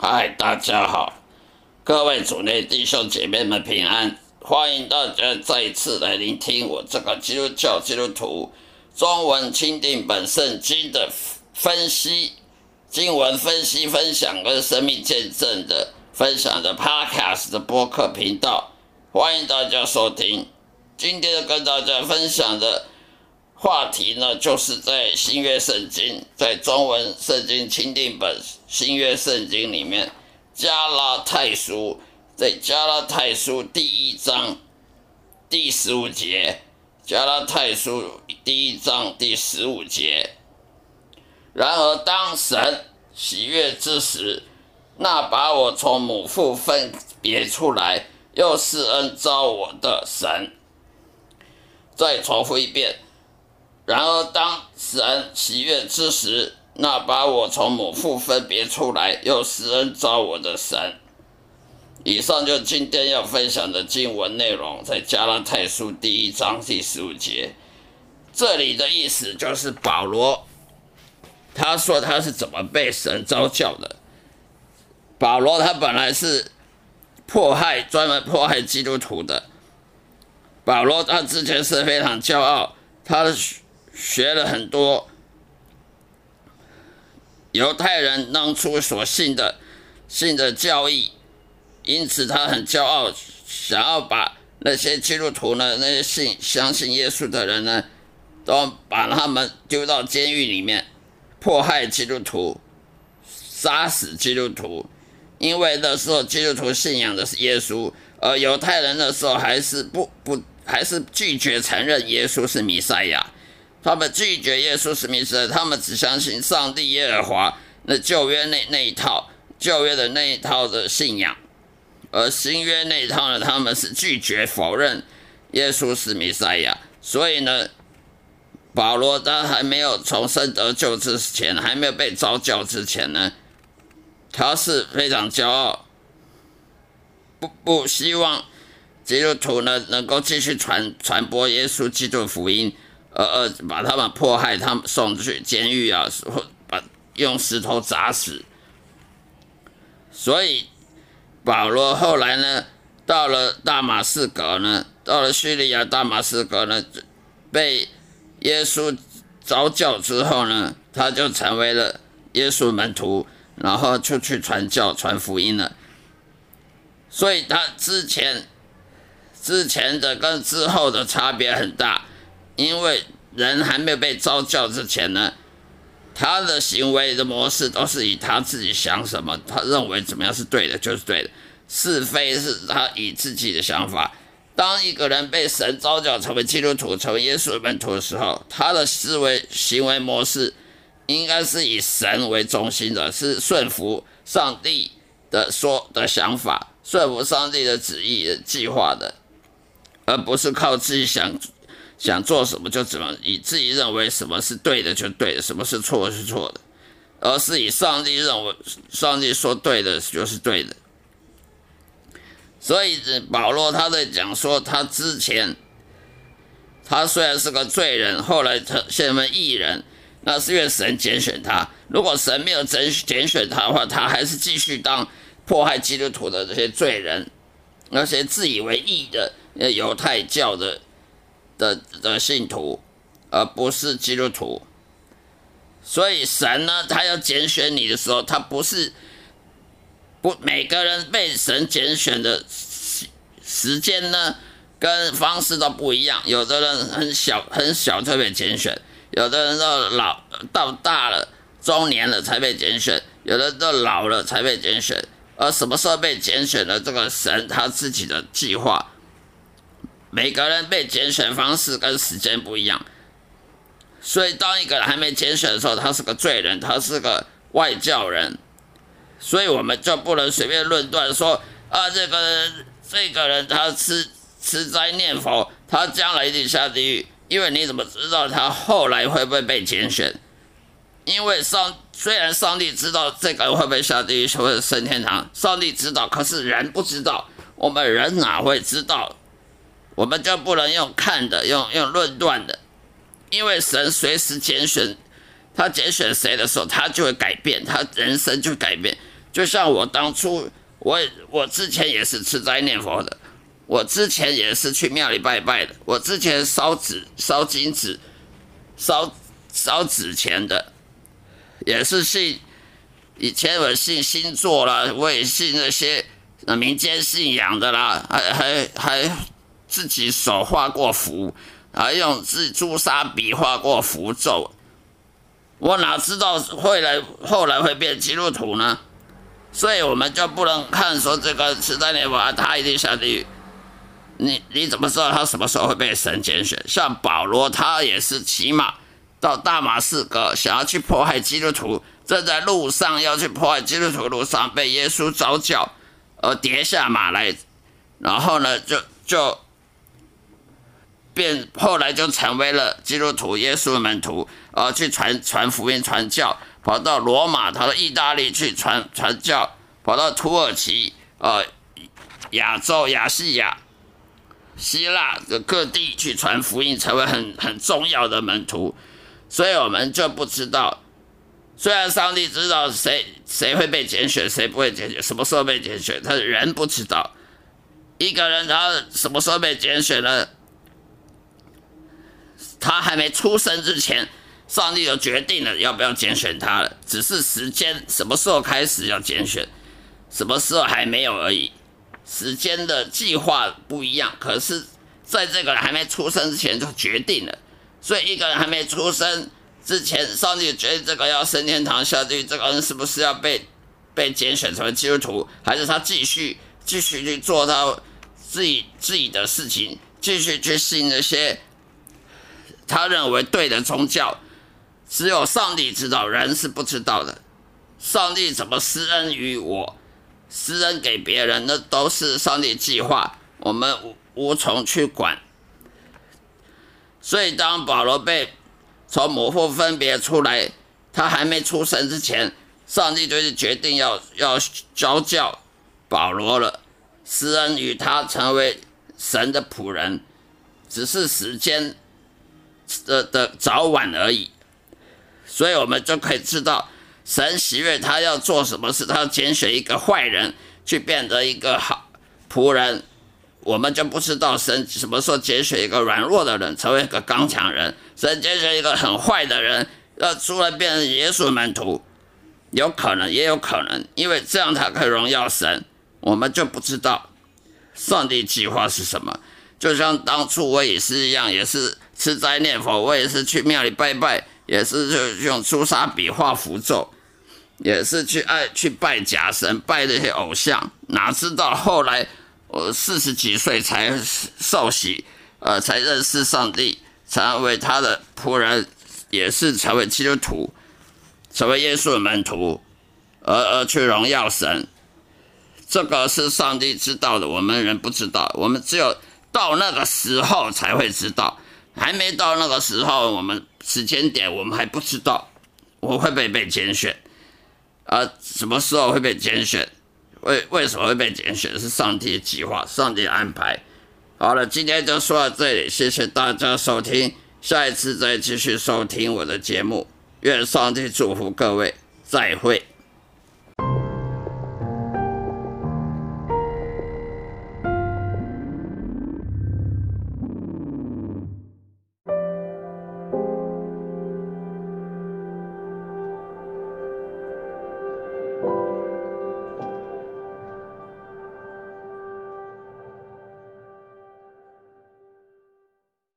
嗨，大家好，各位主内弟兄姐妹们平安，欢迎大家再一次来聆听我这个基督教基督徒中文钦定本圣经的分析、经文分析、分享跟生命见证的分享的 Podcast 的播客频道，欢迎大家收听。今天跟大家分享的话题呢，就是在新约圣经，在中文圣经钦定本新约圣经里面，加拉太书，在加拉太书第1章第15节，加拉太书第1章第15节。然而当神喜悦之时，那把我从母腹分别出来，又施恩召我的神。再重复一遍。然而当神喜悦之时，那把我从母腹分别出来，又施恩召我的神。以上就今天要分享的经文内容，在加拉太书第1章第15节。这里的意思就是保罗，他说他是怎么被神召叫的。保罗他本来是专门迫害基督徒的。保罗他之前是非常骄傲，他学了很多犹太人当初所信的教义，因此他很骄傲，想要把那些基督徒呢，那些相信耶稣的人呢，都把他们丢到监狱里面，迫害基督徒，杀死基督徒。因为那时候基督徒信仰的是耶稣，而犹太人那时候还是拒绝承认耶稣是弥赛亚。他们拒绝耶稣是弥赛亚，他们只相信上帝耶和华那旧约那一套，旧约的那一套的信仰。而新约那一套呢，他们是拒绝否认耶稣是弥赛亚。所以呢，保罗他还没有重生得救之前，还没有被召叫之前呢，他是非常骄傲，不希望基督徒呢能够继续传播耶稣基督福音，把他们迫害，他们送去监狱啊，用石头砸死。所以保罗后来呢，到了大马士革呢，到了叙利亚大马士革呢，被耶稣召叫之后呢，他就成为了耶稣门徒，然后就去传教传福音了。所以他之前的跟之后的差别很大，因为人还没有被召叫之前呢，他的行为的模式都是以他自己想什么，他认为怎么样是对的就是对的，是非是他以自己的想法。当一个人被神召叫成为基督徒，成为耶稣门徒的时候，他的行为模式应该是以神为中心的，是顺服上帝的想法，顺服上帝的旨意的计划的，而不是靠自己想做什么就怎么，以自己认为什么是对的就对的，什么是错的是错的，而是以上帝说对的就是对的。所以保罗他在讲说，他之前他虽然是个罪人，后来他现为义人，那是因为神拣选他。如果神没有拣选他的话，他还是继续当迫害基督徒的这些罪人，那些自以为义的犹太教的信徒，而不是基督徒。所以神呢，他要拣选你的时候，他每个人被神拣选的时间呢，跟方式都不一样。有的人很小就被拣选，有的人到大了中年了才被拣选，有的人都老了才被拣选。而什么时候被拣选的，这个神他自己的计划，每个人被拣选方式跟时间不一样。所以当一个人还没拣选的时候，他是个罪人，他是个外教人。所以我们就不能随便论断说啊，这个人他吃斋念佛，他将来一定下地狱，因为你怎么知道他后来会不会被拣选？因为虽然上帝知道这个人会不会下地狱或者升天堂，上帝知道，可是人不知道，我们人哪会知道？我们就不能用看的，用论断的，因为神随时拣选，他拣选谁的时候，他就会改变，他人生就改变。 就像我当初，我之前也是吃斋念佛的，我之前也是去庙里拜拜的，我之前烧金纸、烧纸钱的，也是信。以前我信星座啦，我也信那些民间信仰的啦，还自己手画过符，还用朱砂笔画过符咒。我哪知道后来会变基督徒呢？所以我们就不能看说这个时代念佛他一定下地狱。你怎么知道他什么时候会被神拣选？像保罗，他也是骑马到大马士革，想要去迫害基督徒，正在路上要去迫害基督徒的路上，被耶稣召叫，而跌下马来，然后呢，后来就成为了基督徒，耶稣的门徒，去传福音、传教，跑到罗马，跑到意大利去传教，跑到土耳其、亚洲、亚细亚、希腊的各地去传福音，成为很重要的门徒。所以我们就不知道，虽然上帝知道谁会被拣选，谁不会拣选，什么时候被拣选，他人不知道。一个人他什么时候被拣选呢？他还没出生之前，上帝就决定了要不要拣选他了，只是时间什么时候开始要拣选，什么时候还没有而已。时间的计划不一样，可是在这个人还没出生之前就决定了。所以一个人还没出生之前，上帝决定这个要升天堂下地狱，这个人是不是要被拣选成为基督徒，还是他继续去做他自己的事情，继续去信那些他认为对的宗教？只有上帝知道，人是不知道的。上帝怎么施恩于我，施恩给别人，那都是上帝计划，我们无从去管。所以当保罗被从母腹分别出来，他还没出生之前，上帝就是决定要召教保罗了，施恩于他成为神的仆人，只是时间的早晚而已。所以我们就可以知道，神喜悦他要做什么事，他要拣选一个坏人去变得一个好仆人。我们就不知道神什么时候拣选一个软弱的人成为一个刚强人，神拣选一个很坏的人要出来变成耶稣门徒，有可能也有可能，因为这样才可以荣耀神。我们就不知道上帝计划是什么。就像当初我也是一样，也是吃斋念佛，我也是去庙里拜拜，也是就用朱砂笔画符咒，也是去拜假神，拜那些偶像。哪知道后来我40几岁才受洗，才认识上帝，成为他的仆人，也是成为基督徒，成为耶稣的门徒，而去荣耀神。这个是上帝知道的，我们人不知道，我们只有到那个时候才会知道，还没到那个时候，我们时间点我们还不知道我会不会被拣选，什么时候会被拣选，为什么会被拣选，是上帝的计划，上帝的安排。好了，今天就说到这里，谢谢大家收听，下一次再继续收听我的节目，愿上帝祝福各位，再会。